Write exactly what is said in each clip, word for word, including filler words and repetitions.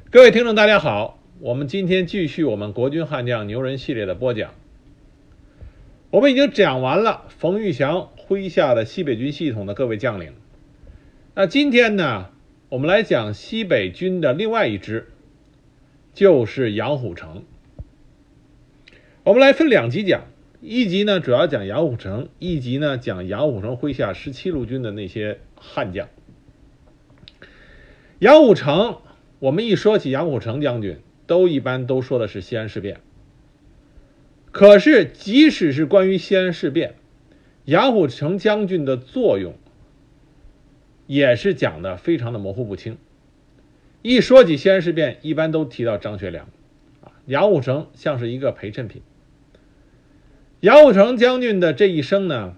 各位听众大家好，我们今天继续我们国军悍将牛人系列的播讲。我们已经讲完了冯玉祥麾下的西北军系统的各位将领，那今天呢，我们来讲西北军的另外一支，就是杨虎城。我们来分两集讲，一集呢主要讲杨虎城，一集呢讲杨虎城麾下十七路军的那些悍将。杨虎城，我们一说起杨虎城将军，都一般都说的是西安事变。可是即使是关于西安事变，杨虎城将军的作用也是讲的非常的模糊不清。一说起西安事变，一般都提到张学良，杨虎城像是一个陪衬品。杨虎城将军的这一生呢，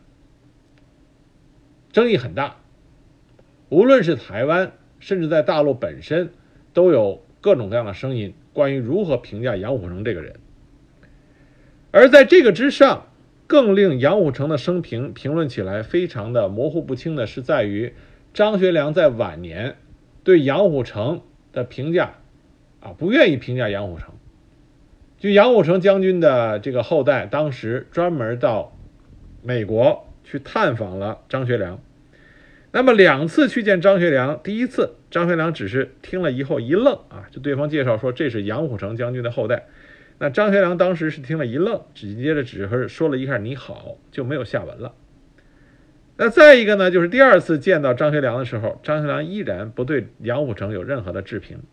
争议很大，无论是台湾甚至在大陆本身都有各种各样的声音关于如何评价杨虎城这个人。而在这个之上，更令杨虎城的生平评论起来非常的模糊不清的是在于张学良在晚年对杨虎城的评价啊，不愿意评价杨虎城。据杨虎城将军的这个后代当时专门到美国去探访了张学良，那么两次去见张学良，第一次张学良只是听了以后一愣啊，就对方介绍说这是杨虎城将军的后代，那张学良当时是听了一愣，紧接着只是说了一下你好，就没有下文了。那再一个呢，就是第二次见到张学良的时候，张学良依然不对杨虎城有任何的置评，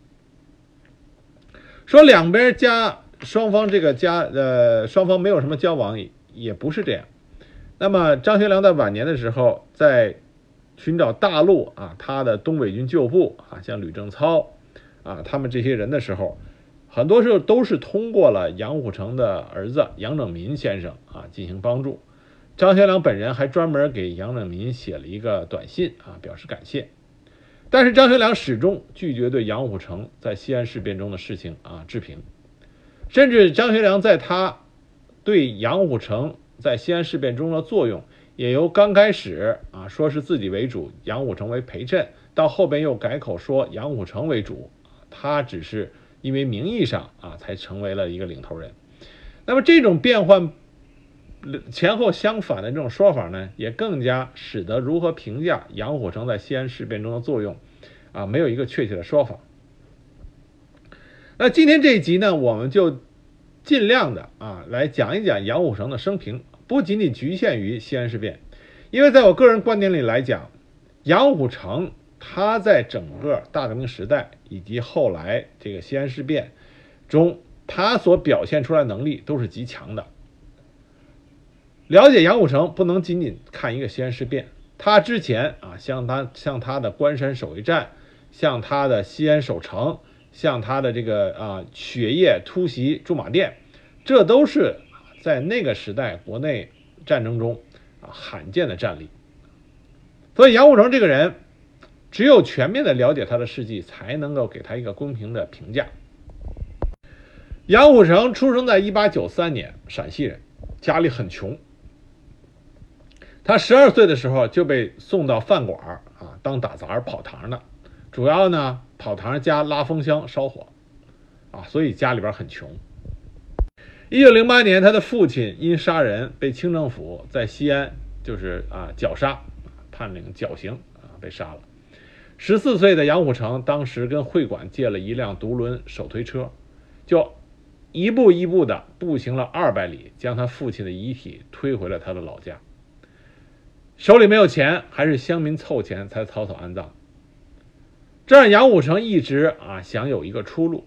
说两边家双方这个家呃双方没有什么交往，也不是这样。那么张学良在晚年的时候，在寻找大陆啊，他的东北军旧部啊，像吕正操啊，他们这些人的时候，很多时候都是通过了杨虎城的儿子杨正民先生啊进行帮助。张学良本人还专门给杨正民写了一个短信啊，表示感谢。但是张学良始终拒绝对杨虎城在西安事变中的事情啊置评，甚至张学良在他对杨虎城在西安事变中的作用，也由刚开始啊说是自己为主，杨虎城为陪衬，到后边又改口说杨虎城为主，他只是因为名义上啊才成为了一个领头人。那么这种变换前后相反的这种说法呢，也更加使得如何评价杨虎城在西安事变中的作用啊没有一个确切的说法。那今天这一集呢，我们就尽量的啊来讲一讲杨虎城的生平，不仅仅局限于西安事变，因为在我个人观点里来讲，杨虎城他在整个大革命时代以及后来这个西安事变中，他所表现出来的能力都是极强的。了解杨虎城不能仅仅看一个西安事变，他之前啊像他像他的关山守卫战，像他的西安守城，像他的这个啊雪夜突袭驻马店，这都是在那个时代国内战争中啊罕见的战例。所以杨虎城这个人，只有全面的了解他的事迹，才能够给他一个公平的评价。杨虎城出生在一八九三年，陕西人，家里很穷。他十二岁的时候就被送到饭馆啊当打杂跑堂的，主要呢跑堂加拉风箱烧火啊，所以家里边很穷。一九零八年，他的父亲因杀人被清政府在西安就是啊绞杀，判令绞刑啊被杀了。十四岁的杨虎城当时跟会馆借了一辆独轮手推车，就一步一步的步行了二百里，将他父亲的遗体推回了他的老家。手里没有钱，还是乡民凑钱才草草安葬。这让杨虎城一直啊想有一个出路。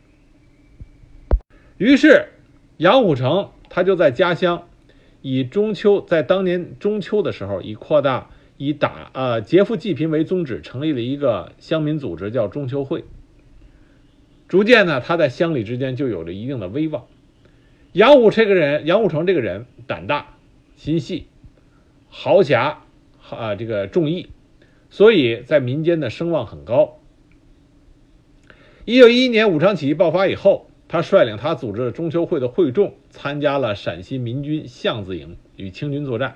于是杨虎城他就在家乡以中秋，在当年中秋的时候，以扩大以打呃劫富济贫为宗旨，成立了一个乡民组织，叫中秋会。逐渐呢，他在乡里之间就有了一定的威望。杨虎这个人，杨虎城这个人胆大心细，豪侠啊，这个重义，所以在民间的声望很高。一九一一年武昌起义爆发以后，他率领他组织的中秋会的会众参加了陕西民军巷子营，与清军作战。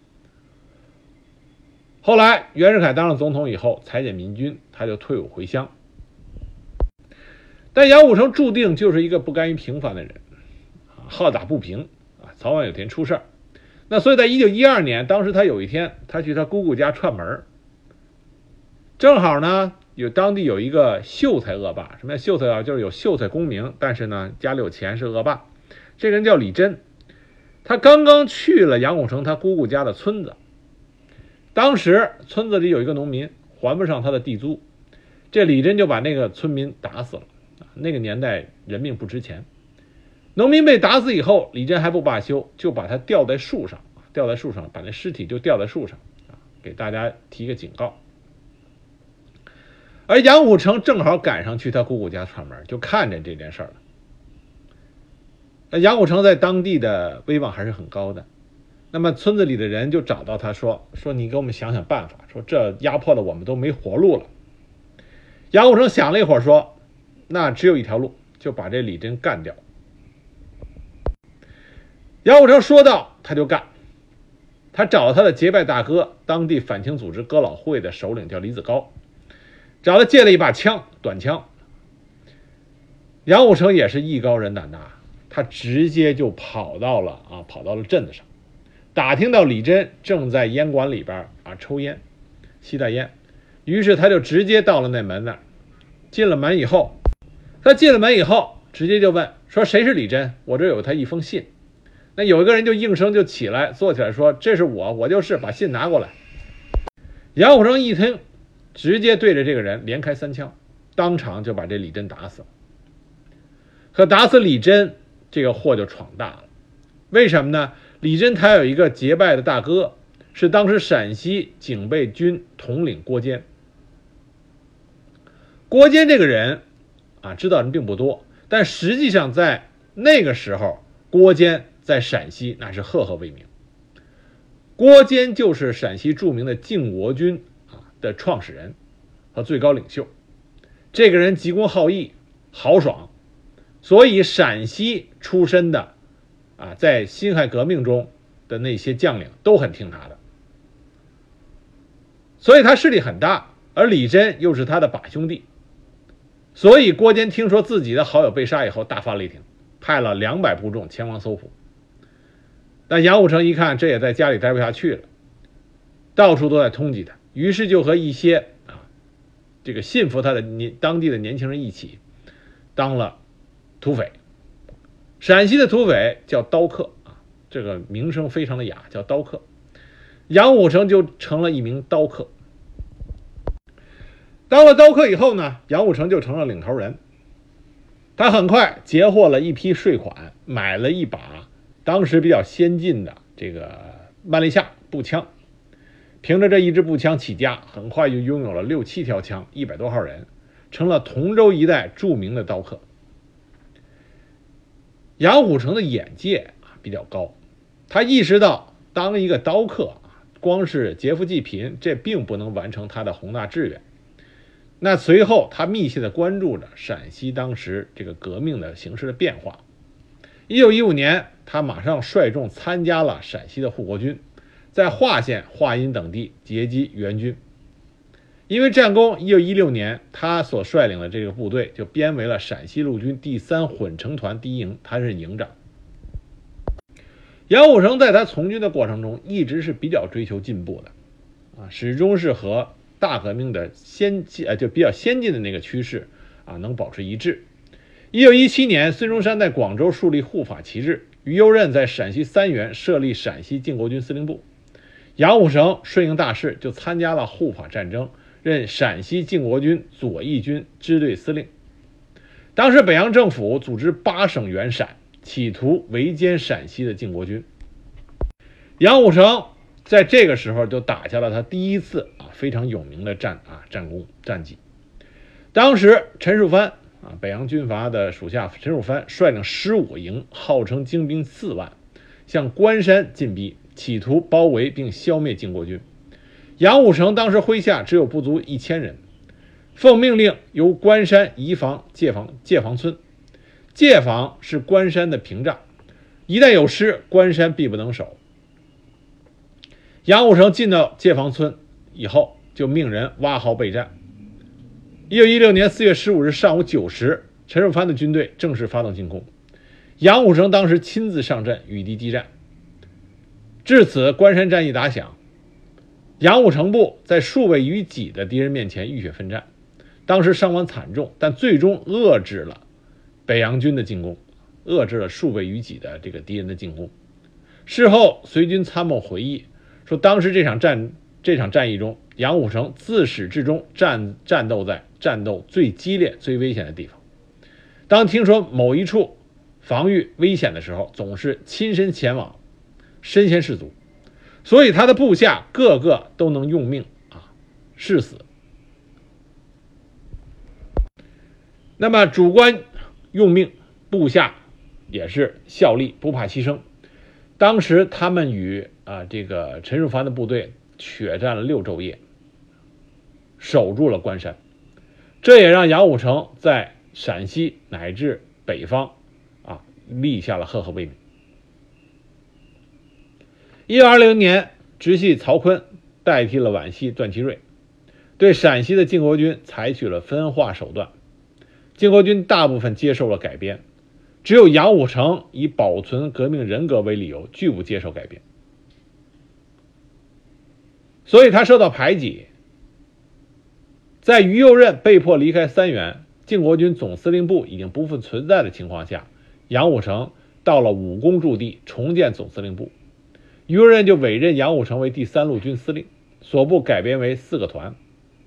后来袁世凯当上总统以后，裁减民军，他就退伍回乡。 但杨虎城注定就是一个不甘于平凡的人，好打不平啊，早晚有天出事儿。那所以在一九一二年，当时他有一天他去他姑姑家串门，正好呢有当地有一个秀才恶霸。什么叫秀才啊？就是有秀才功名，但是呢家里有钱，是恶霸。这个人叫李真，他刚刚去了杨虎城他姑姑家的村子。当时村子里有一个农民还不上他的地租，这李真就把那个村民打死了。那个年代人命不值钱，农民被打死以后，李真还不罢休，就把他吊在树上，吊在树上，把那尸体就吊在树上，给大家提个警告。而杨虎城正好赶上去他姑姑家串门，就看见这件事了。那杨虎城在当地的威望还是很高的，那么村子里的人就找到他说说你给我们想想办法，说这压迫的我们都没活路了。杨虎城想了一会儿说，那只有一条路，就把这李真干掉。杨虎城说到他就干，他找他的结拜大哥，当地反清组织哥老会的首领叫李子高，找他借了一把枪，短枪。杨虎城也是艺高人胆大，他直接就跑到了啊，跑到了镇子上，打听到李真正在烟馆里边啊抽烟，吸大烟，于是他就直接到了那门那儿，进了门以后。他进了门以后，直接就问说谁是李真？我这有他一封信。那有一个人就应声就起来坐起来说这是我，我就是，把信拿过来。杨虎城一听，直接对着这个人连开三枪，当场就把这李真打死了。可打死李真，这个祸就闯大了。为什么呢？李真他有一个结拜的大哥，是当时陕西警备军统领郭坚。郭坚这个人啊，知道人并不多，但实际上在那个时候，郭坚在陕西那是赫赫为名。郭坚就是陕西著名的靖国军啊的创始人和最高领袖。这个人急公好义，豪爽，所以陕西出身的啊，在辛亥革命中的那些将领都很听他的，所以他势力很大。而李真又是他的把兄弟，所以郭坚听说自己的好友被杀以后，大发雷霆，派了两百部众前往搜捕。但杨虎城一看这也在家里待不下去了，到处都在通缉他，于是就和一些啊这个信服他的年当地的年轻人一起当了土匪。陕西的土匪叫刀客啊，这个名声非常的雅，叫刀客。杨虎城就成了一名刀客。当了刀客以后呢，杨虎城就成了领头人。他很快截获了一批税款，买了一把当时比较先进的这个曼利夏步枪，凭着这一支步枪起家，很快就拥有了六七条枪，一百多号人，成了同州一带著名的刀客。杨虎城的眼界啊比较高，他意识到当一个刀客啊，光是劫富济贫，这并不能完成他的宏大志愿。那随后他密切地关注着陕西当时这个革命的形势的变化。一九一五年，他马上率众参加了陕西的护国军，在华县、华阴等地截击援军。因为战功，一九一六年他所率领的这个部队就编为了陕西陆军第三混成团第一营，他是营长。杨虎城在他从军的过程中一直是比较追求进步的啊，始终是和大革命的先进呃就比较先进的那个趋势啊能保持一致。一九一七年，孙中山在广州树立护法旗帜，于右任在陕西三原设立陕西靖国军司令部。杨虎城顺应大势，就参加了护法战争，任陕西靖国军左翼军支队司令。当时北洋政府组织八省援陕，企图围歼陕西的靖国军。杨虎城在这个时候就打下了他第一次啊非常有名的战啊战功战绩。当时陈树藩啊，北洋军阀的属下陈树藩率领十五营，号称精兵四万，向关山进逼，企图包围并消灭靖国军。杨虎城当时麾下只有不足一千人，奉命令由关山移防界防界防村。界防是关山的屏障，一旦有失，关山必不能守。杨虎城进到界防村以后，就命人挖壕备战。一九一六年四月十五日上午九时， 陈寿藩的军队正式发动进攻。杨虎城当时亲自上阵与敌激战，至此关山战役打响，杨虎城部在数倍于己的敌人面前浴血奋战，当时伤亡惨重，但最终遏制了北洋军的进攻，遏制了数倍于己的这个敌人的进攻。事后随军参谋回忆说，当时这场战这场战役中，杨虎城自始至终战战斗在战斗最激烈最危险的地方，当听说某一处防御危险的时候，总是亲身前往，身先士卒，所以他的部下个个都能用命啊誓死。那么主官用命，部下也是效力，不怕牺牲。当时他们与啊这个陈寿藩的部队血战了六昼夜，守住了关山，这也让杨虎城在陕西乃至北方啊立下了赫赫威名。一九二零年，直系曹锟代替了皖系段祺瑞，对陕西的晋国军采取了分化手段，晋国军大部分接受了改编，只有杨虎城以保存革命人格为理由，拒不接受改编，所以他受到排挤。在于右任被迫离开三原，晋国军总司令部已经不复存在的情况下，杨虎城到了武功驻地重建总司令部，于右任就委任杨虎城为第三路军司令，所部改编为四个团。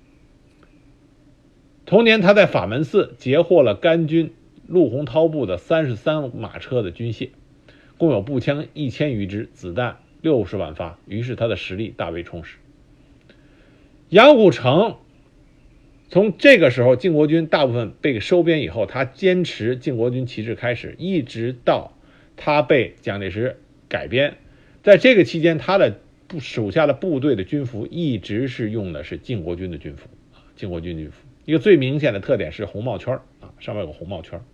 同年，他在法门寺截获了甘军陆洪涛部的三十三马车的军械，共有步枪一千余支，子弹六十万发，于是他的实力大为充实。杨虎城从这个时候晋国军大部分被收编以后，他坚持晋国军旗帜开始，一直到他被蒋介石改编，在这个期间他的属下的部队的军服一直是用的是晋国军的军服，晋国军军服一个最明显的特点是红帽圈啊，上面有个红帽圈。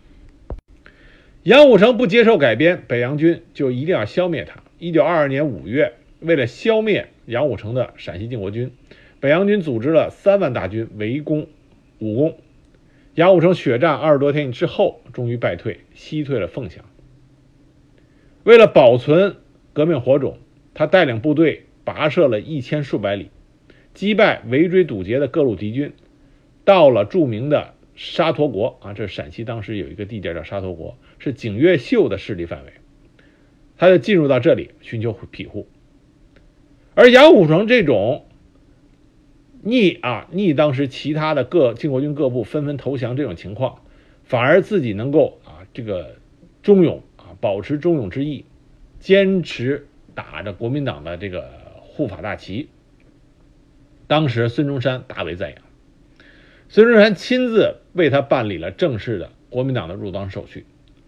杨虎城不接受改编，北洋军就一定要消灭他。一九二二年五月，为了消灭杨虎城的陕西晋国军，北洋军组织了三万大军围攻武功。杨虎城血战二十多天之后，终于败退，西退了凤翔。为了保存革命火种，他带领部队跋涉了一千数百里，击败围追堵截的各路敌军，到了著名的沙陀国啊，这陕西当时有一个地界叫沙陀国，是景岳秀的势力范围，他就进入到这里寻求庇护。而杨虎城这种逆啊逆当时其他的各晋国军各部纷纷投降这种情况，反而自己能够啊这个忠勇啊保持忠勇之意，坚持打着国民党的这个护法大旗。当时孙中山大为赞扬，孙中山亲自为他办理了正式的国民党的入党手续。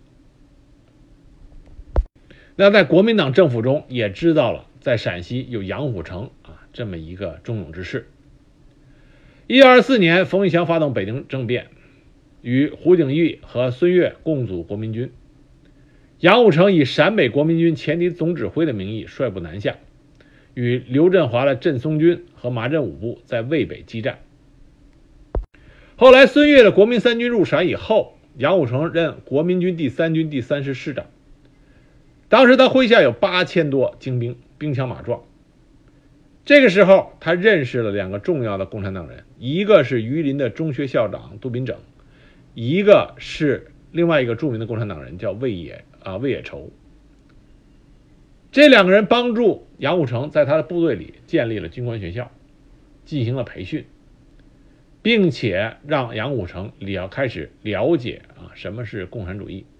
那在国民党政府中也知道了在陕西有杨虎城啊这么一个忠勇之士。一九二四年，冯玉祥发动北京政变，与胡景翼和孙岳共组国民军。杨虎城以陕北国民军前敌总指挥的名义率部南下，与刘振华的振松军和麻镇五部在渭北激战。后来孙岳的国民三军入陕以后，杨虎城任国民军第三军第三师师长。当时他麾下有八千多精兵，兵强马壮。这个时候他认识了两个重要的共产党人，一个是榆林的中学校长杜秉整，一个是另外一个著名的共产党人叫魏野啊魏野筹。这两个人帮助杨虎城在他的部队里建立了军官学校，进行了培训，并且让杨虎城也要开始了解啊什么是共产主义。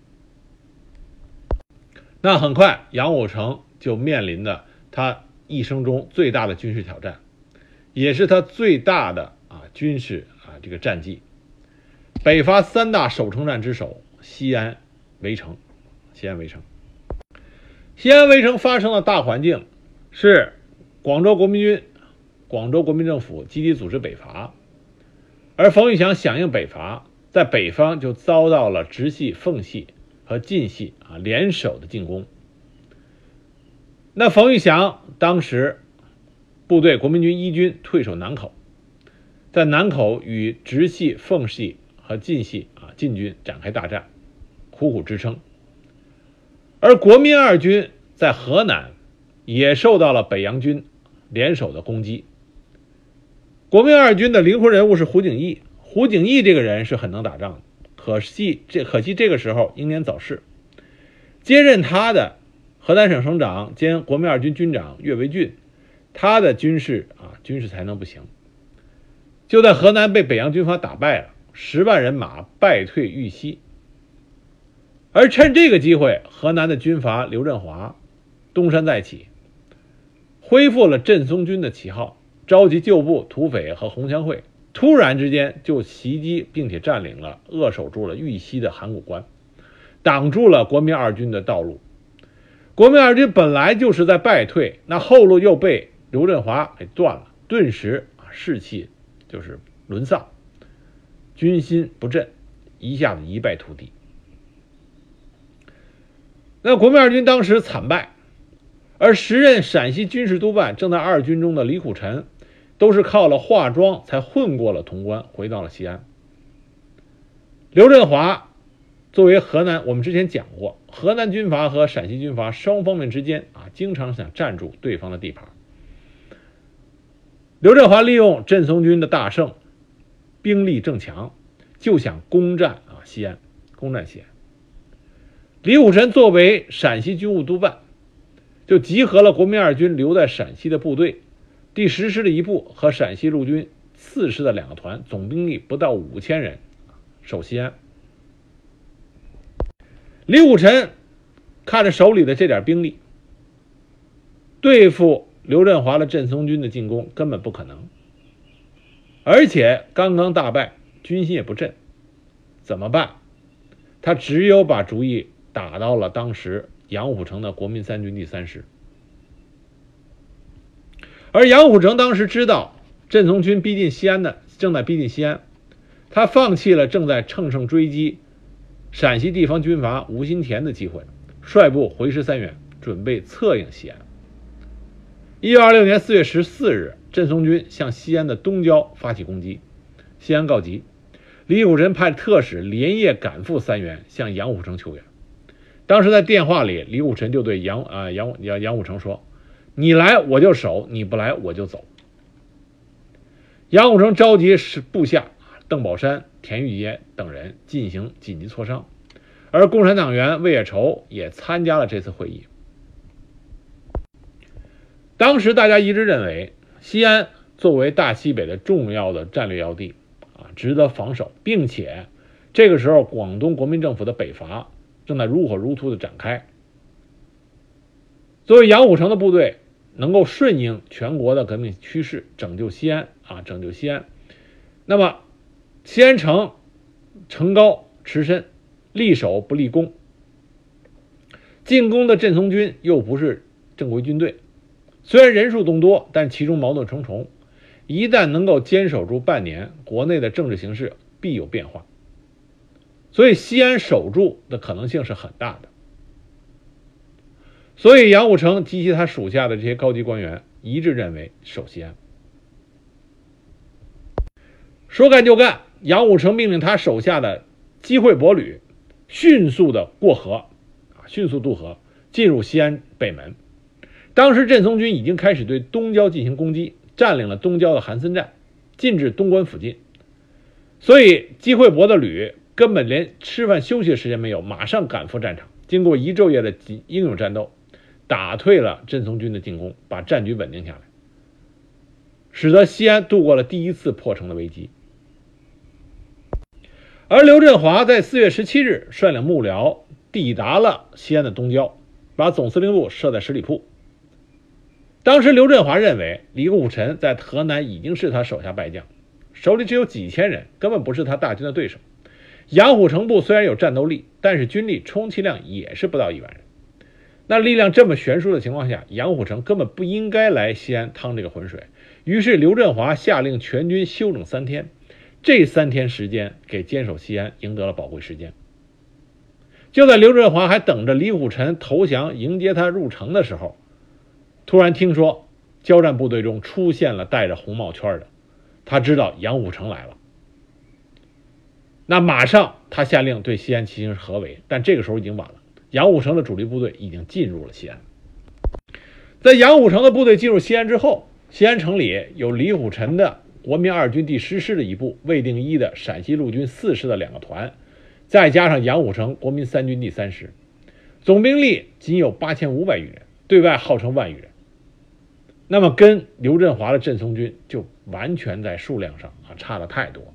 那很快杨虎城就面临的他一生中最大的军事挑战，也是他最大的啊军事啊这个战绩，北伐三大守城战之首西安围城。西安围城西安围城发生的大环境是广州国民军广州国民政府积极组织北伐，而冯玉祥响应北伐，在北方就遭到了直系奉系和晋系啊联手的进攻。那冯玉祥当时部队国民军一军退守南口，在南口与直系奉系和晋系啊晋军展开大战，苦苦支撑。而国民二军在河南也受到了北洋军联手的攻击。国民二军的灵魂人物是胡景翼，胡景翼这个人是很能打仗的，可惜这可惜这个时候英年早逝，接任他的河南省省长兼国民二军军长岳维俊，他的军事啊军事才能不行，就在河南被北洋军阀打败了，十万人马败退豫西。而趁这个机会，河南的军阀刘振华东山再起，恢复了振松军的旗号，召集旧部、土匪和红枪会，突然之间就袭击并且占领了、扼守住了豫西的函谷关，挡住了国民二军的道路。国民二军本来就是在败退，那后路又被刘振华给断了，顿时啊士气就是沦丧，军心不振，一下子一败涂地。那国民二军当时惨败，而时任陕西军事督办正在二军中的李苦臣，都是靠了化妆才混过了潼关，回到了西安。刘振华作为河南，我们之前讲过，河南军阀和陕西军阀双方面之间啊，经常想占住对方的地盘。刘振华利用振松军的大胜，兵力正强，就想攻占啊西安，攻占西安。李苦臣作为陕西军务督办，就集合了国民二军留在陕西的部队，第十师的一部和陕西陆军四师的两个团，总兵力不到五千人，守西安。李苦臣看着手里的这点兵力，对付刘振华的振松军的进攻根本不可能，而且刚刚大败，军心也不振，怎么办？他只有把主意打到了当时杨虎城的国民三军第三师。而杨虎城当时知道振松军逼近西安的正在逼近西安，他放弃了正在乘胜追击陕西地方军阀吴新田的机会，率部回师三原，准备策应西安。一九二六年四月十四日，振松军向西安的东郊发起攻击，西安告急，李苦臣派特使连夜赶赴三原，向杨虎城求援。当时在电话里，李苦臣就对杨啊、呃、杨杨杨虎城说：“你来我就守，你不来我就走。”杨虎城召集部下邓宝山、田玉阶等人进行紧急磋商，而共产党员魏野筹也参加了这次会议。当时大家一致认为，西安作为大西北的重要的战略要地啊，值得防守，并且这个时候广东国民政府的北伐正在如火如荼的展开。作为杨虎城的部队能够顺应全国的革命趋势，拯救西安啊，拯救西安。那么西安城城高池深，力守不立功，进攻的振松军又不是正规军队，虽然人数众多，但其中矛盾重重，一旦能够坚守住半年，国内的政治形势必有变化，所以西安守住的可能性是很大的。所以杨虎城及其他属下的这些高级官员一致认为守西安。说干就干，杨虎城命令他手下的机会伯旅迅速的过河，迅速渡河进入西安北门。当时振松军已经开始对东郊进行攻击，占领了东郊的韩森站，进至东关附近。所以机会伯的旅根本连吃饭休息的时间没有，马上赶赴战场。经过一昼夜的英勇战斗，打退了振松军的进攻，把战局稳定下来，使得西安度过了第一次破城的危机。而刘振华在四月十七日率领幕僚抵达了西安的东郊，把总司令部设在十里铺。当时刘振华认为李苦臣在河南已经是他手下败将，手里只有几千人，根本不是他大军的对手。杨虎城部虽然有战斗力，但是军力充其量也是不到一万人。那力量这么悬殊的情况下，杨虎城根本不应该来西安趟这个浑水。于是刘振华下令全军休整三天，这三天时间给坚守西安赢得了宝贵时间。就在刘振华还等着李苦臣投降迎接他入城的时候，突然听说交战部队中出现了戴着红帽圈的，他知道杨虎城来了，那马上他下令对西安进行合围，但这个时候已经晚了，杨虎城的主力部队已经进入了西安。在杨虎城的部队进入西安之后，西安城里有李虎臣的国民二军第十师的一部，魏定一的陕西陆军四师的两个团，再加上杨虎城国民三军第三师，总兵力仅有八千五百余人，对外号称万余人。那么跟刘振华的镇松军就完全在数量上啊差了太多。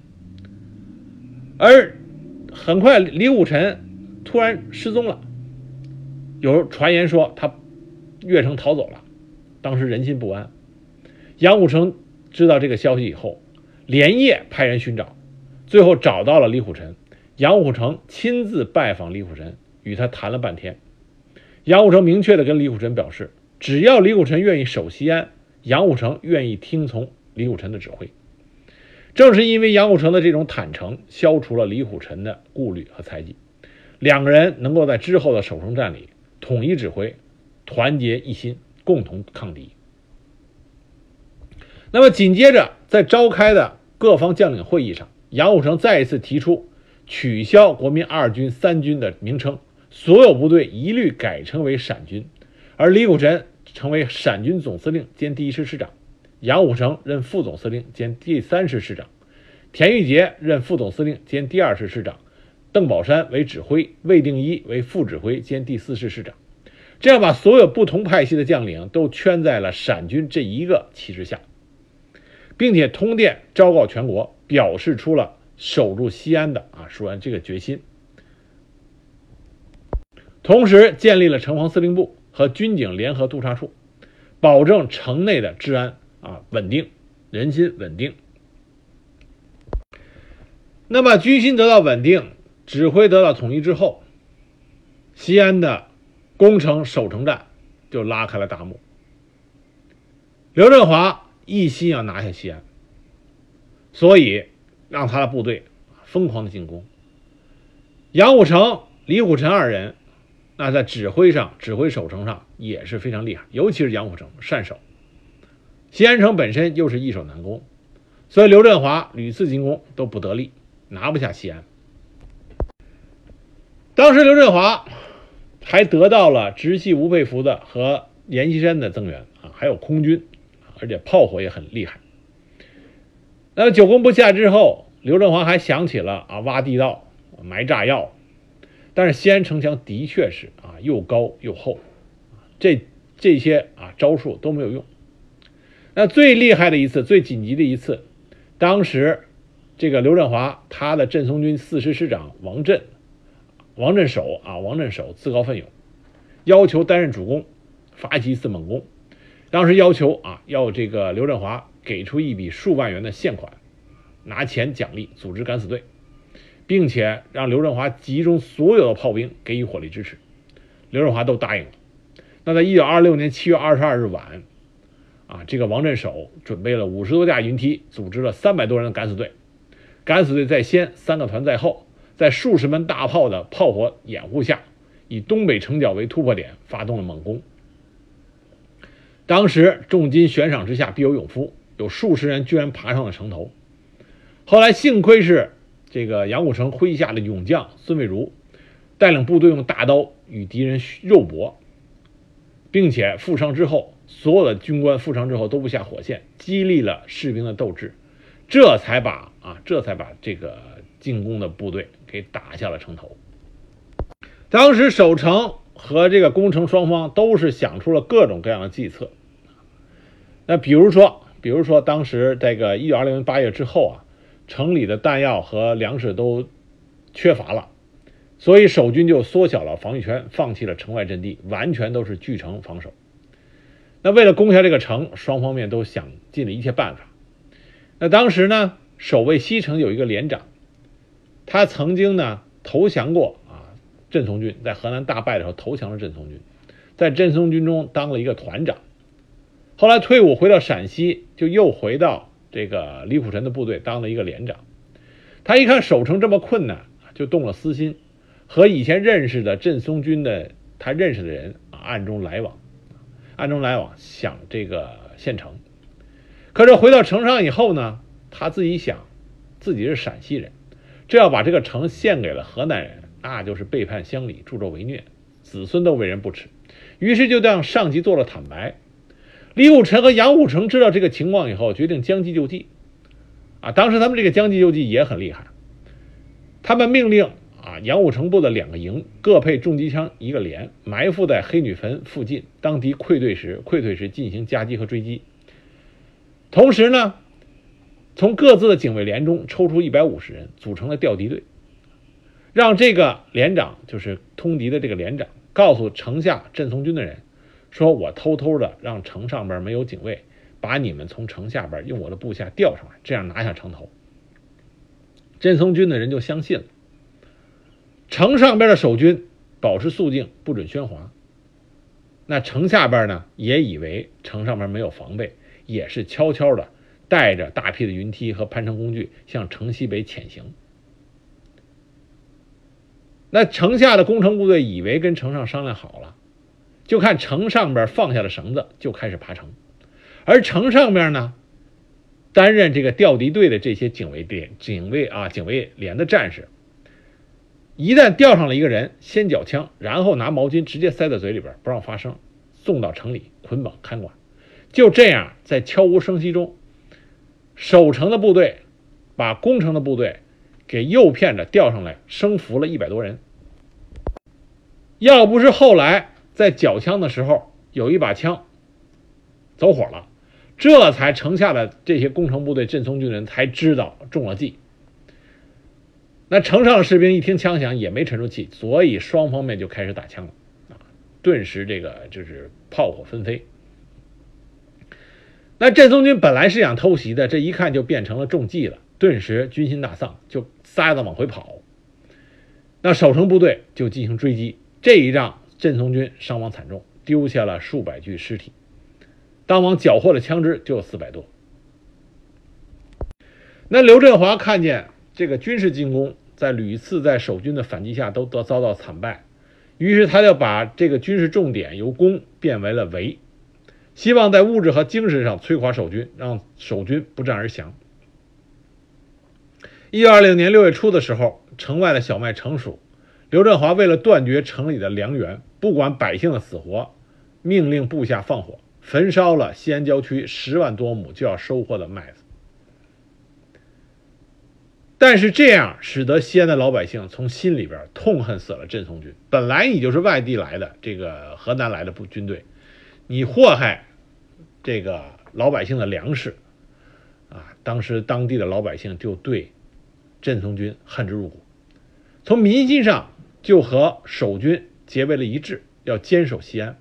而很快李虎臣突然失踪了，有传言说他越城逃走了，当时人心不安。杨虎城知道这个消息以后，连夜派人寻找，最后找到了李虎臣。杨虎城亲自拜访李虎臣，与他谈了半天。杨虎城明确地跟李虎臣表示，只要李虎臣愿意守西安，杨虎城愿意听从李虎臣的指挥。正是因为杨虎城的这种坦诚，消除了李虎臣的顾虑和猜忌，两个人能够在之后的守城战里统一指挥，团结一心，共同抗敌。那么紧接着在召开的各方将领会议上，杨虎城再一次提出取消国民二军三军的名称，所有部队一律改称为陕军，而李虎臣成为陕军总司令兼第一师师长，杨虎城任副总司令兼第三师师长，田玉杰任副总司令兼第二师师长，邓宝山为指挥，魏定一为副指挥兼第四师师长。这样把所有不同派系的将领都圈在了陕军这一个旗帜下，并且通电昭告全国，表示出了守住西安的啊说这个决心。同时建立了城防司令部和军警联合督察处，保证城内的治安啊稳定，人心稳定。那么军心得到稳定，指挥得到统一之后，西安的攻城守城战就拉开了大幕。刘振华一心要拿下西安，所以让他的部队疯狂的进攻。杨虎城、李虎臣二人那在指挥上指挥守城上也是非常厉害，尤其是杨虎城善守。西安城本身又是易守难攻，所以刘振华屡次进攻都不得力，拿不下西安。当时刘振华还得到了直系吴佩孚的和阎锡山的增援啊，还有空军，而且炮火也很厉害。那么久攻不下之后，刘振华还想起了啊挖地道、埋炸药，但是西安城墙的确是啊又高又厚，这这些啊招数都没有用。那最厉害的一次、最紧急的一次，当时这个刘振华他的镇松军四师师长王震。王镇守啊，王镇守自告奋勇，要求担任主攻，发起一次猛攻。当时要求啊，要这个刘振华给出一笔数万元的现款，拿钱奖励，组织敢死队，并且让刘振华集中所有的炮兵给予火力支持。刘振华都答应了。那在一九二六年七月二十二日晚，啊，这个王镇守准备了五十多架云梯，组织了三百多人的敢死队。敢死队在先，三个团在后。在数十门大炮的炮火掩护下，以东北城角为突破点，发动了猛攻。当时重金悬赏之下必有勇夫，有数十人居然爬上了城头。后来幸亏是这个杨虎城麾下的勇将孙蔚如带领部队用大刀与敌人肉搏，并且负伤之后，所有的军官负伤之后都不下火线，激励了士兵的斗志，这才把啊这才把这个进攻的部队给打下了城头。当时守城和这个攻城双方都是想出了各种各样的计策。那比如说比如说当时这个一九二零年八月之后啊，城里的弹药和粮食都缺乏了，所以守军就缩小了防御圈，放弃了城外阵地，完全都是据城防守。那为了攻下这个城，双方面都想尽了一切办法。那当时呢，守卫西城有一个连长，他曾经呢投降过啊镇松军，在河南大败的时候投降了镇松军，在镇松军中当了一个团长。后来退伍回到陕西，就又回到这个李虎臣的部队当了一个连长。他一看守城这么困难，就动了私心，和以前认识的镇松军的他认识的人啊暗中来往，暗中来往想这个县城。可是回到城上以后呢，他自己想自己是陕西人， 这要把这个城献给了河南人，那就是背叛乡里，助纣为虐，子孙都为人不齿。于是就向上级做了坦白。李武臣和杨虎城知道这个情况以后，决定将计就计。啊，当时他们这个将计就计也很厉害，他们命令啊杨虎城部的两个营各配重机枪一个连，埋伏在黑女坟附近，当敌溃退时溃退时进行夹击和追击。同时呢，从各自的警卫连中抽出一百五十人，组成了调敌队，让这个连长，就是通敌的这个连长，告诉城下镇松军的人，说我偷偷的让城上边没有警卫，把你们从城下边用我的部下调上来，这样拿下城头。镇松军的人就相信了。城上边的守军保持肃静，不准喧哗。那城下边呢，也以为城上边没有防备，也是悄悄的带着大批的云梯和攀城工具向城西北潜行。那城下的攻城部队以为跟城上商量好了，就看城上边放下了绳子，就开始爬城。而城上面呢，担任这个调敌队的这些警卫连、警卫啊、警卫连的战士，一旦调上了一个人，先缴枪，然后拿毛巾直接塞在嘴里边，不让发声，送到城里捆绑看管。就这样，在悄无声息中，守城的部队把攻城的部队给诱骗着调上来，生俘了一百多人。要不是后来在缴枪的时候有一把枪走火了，这才城下的这些攻城部队镇松军人才知道中了计。那城上的士兵一听枪响也没沉住气，所以双方面就开始打枪了啊，顿时这个就是炮火纷飞。那镇松军本来是想偷袭的，这一看就变成了中计了，顿时军心大丧，就撒子往回跑。那守城部队就进行追击，这一仗镇松军伤亡惨重，丢下了数百具尸体，当晚缴获的枪支就有四百多。那刘振华看见这个军事进攻在屡次在守军的反击下都得遭到惨败，于是他就把这个军事重点由攻变为了围，希望在物质和精神上摧垮守军，让守军不战而降。一九二零年六月初的时候，城外的小麦成熟，刘振华为了断绝城里的粮源，不管百姓的死活，命令部下放火，焚烧了西安郊区十万多亩就要收获的麦子。但是这样使得西安的老百姓从心里边痛恨死了镇松军。本来你就是外地来的，这个河南来的军队，你祸害这个老百姓的粮食啊，当时当地的老百姓就对镇松军恨之入骨，从民心上就和守军结为了一致，要坚守西安。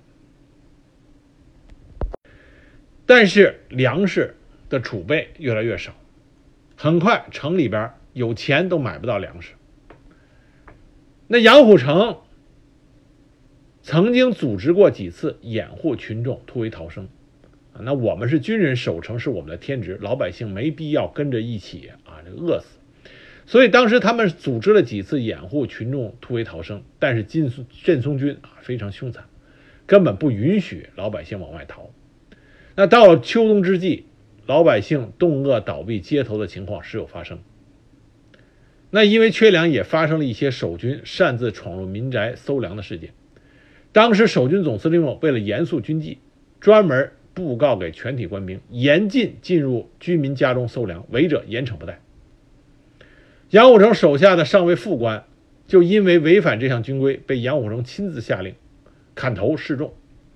但是粮食的储备越来越少，很快城里边有钱都买不到粮食。那杨虎城曾经组织过几次掩护群众突围逃生，那我们是军人，守城是我们的天职，老百姓没必要跟着一起啊这饿死。所以当时他们组织了几次掩护群众突围逃生，但是镇松军啊非常凶残，根本不允许老百姓往外逃。那到了秋冬之际，老百姓冻饿倒闭街头的情况时有发生。那因为缺粮，也发生了一些守军擅自闯入民宅搜粮的事件。当时守军总司令为了严肃军纪，专门布告给全体官兵，严禁进入居民家中搜粮，违者严惩不贷。杨虎城手下的上尉副官就因为违反这项军规，被杨虎城亲自下令砍头示众。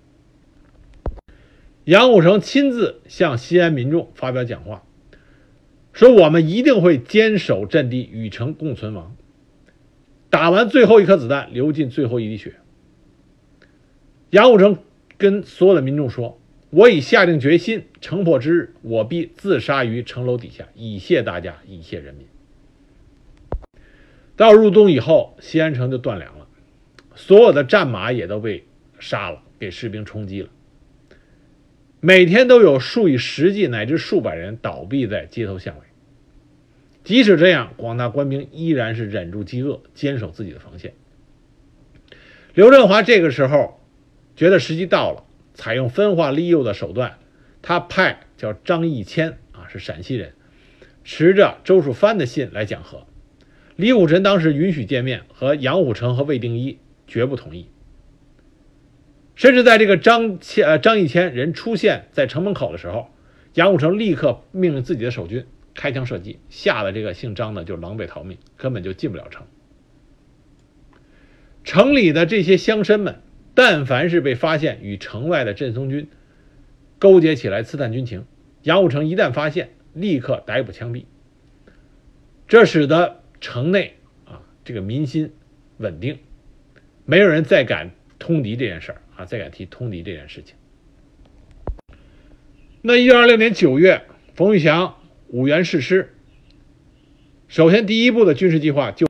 杨虎城亲自向西安民众发表讲话，说我们一定会坚守阵地，与城共存亡，打完最后一颗子弹，流尽最后一滴血。杨虎城跟所有的民众说，我已下定决心，城破之日，我必自杀于城楼底下，以谢大家，以谢人民。到入冬以后，西安城就断粮了，所有的战马也都被杀了，给士兵充饥了。每天都有数以十计乃至数百人倒闭在街头巷尾。即使这样，广大官兵依然是忍住饥饿，坚守自己的防线。刘振华这个时候觉得时机到了，采用分化利诱的手段，他派叫张义谦啊，是陕西人，持着周树藩的信来讲和。 李虎臣当时允许见面，和杨虎城和魏定一绝不同意。甚至在这个张呃张义谦人出现在城门口的时候，杨虎城立刻命令自己的守军开枪射击，吓得这个姓张的就狼狈逃命，根本就进不了城。城里的这些乡绅们，但凡是被发现与城外的镇松军勾结起来刺探军情，杨虎城一旦发现，立刻逮捕枪毙。这使得城内啊这个民心稳定，没有人再敢通敌这件事啊，再敢提通敌这件事情。那一九二六年九月，冯玉祥五原誓师，首先第一步的军事计划就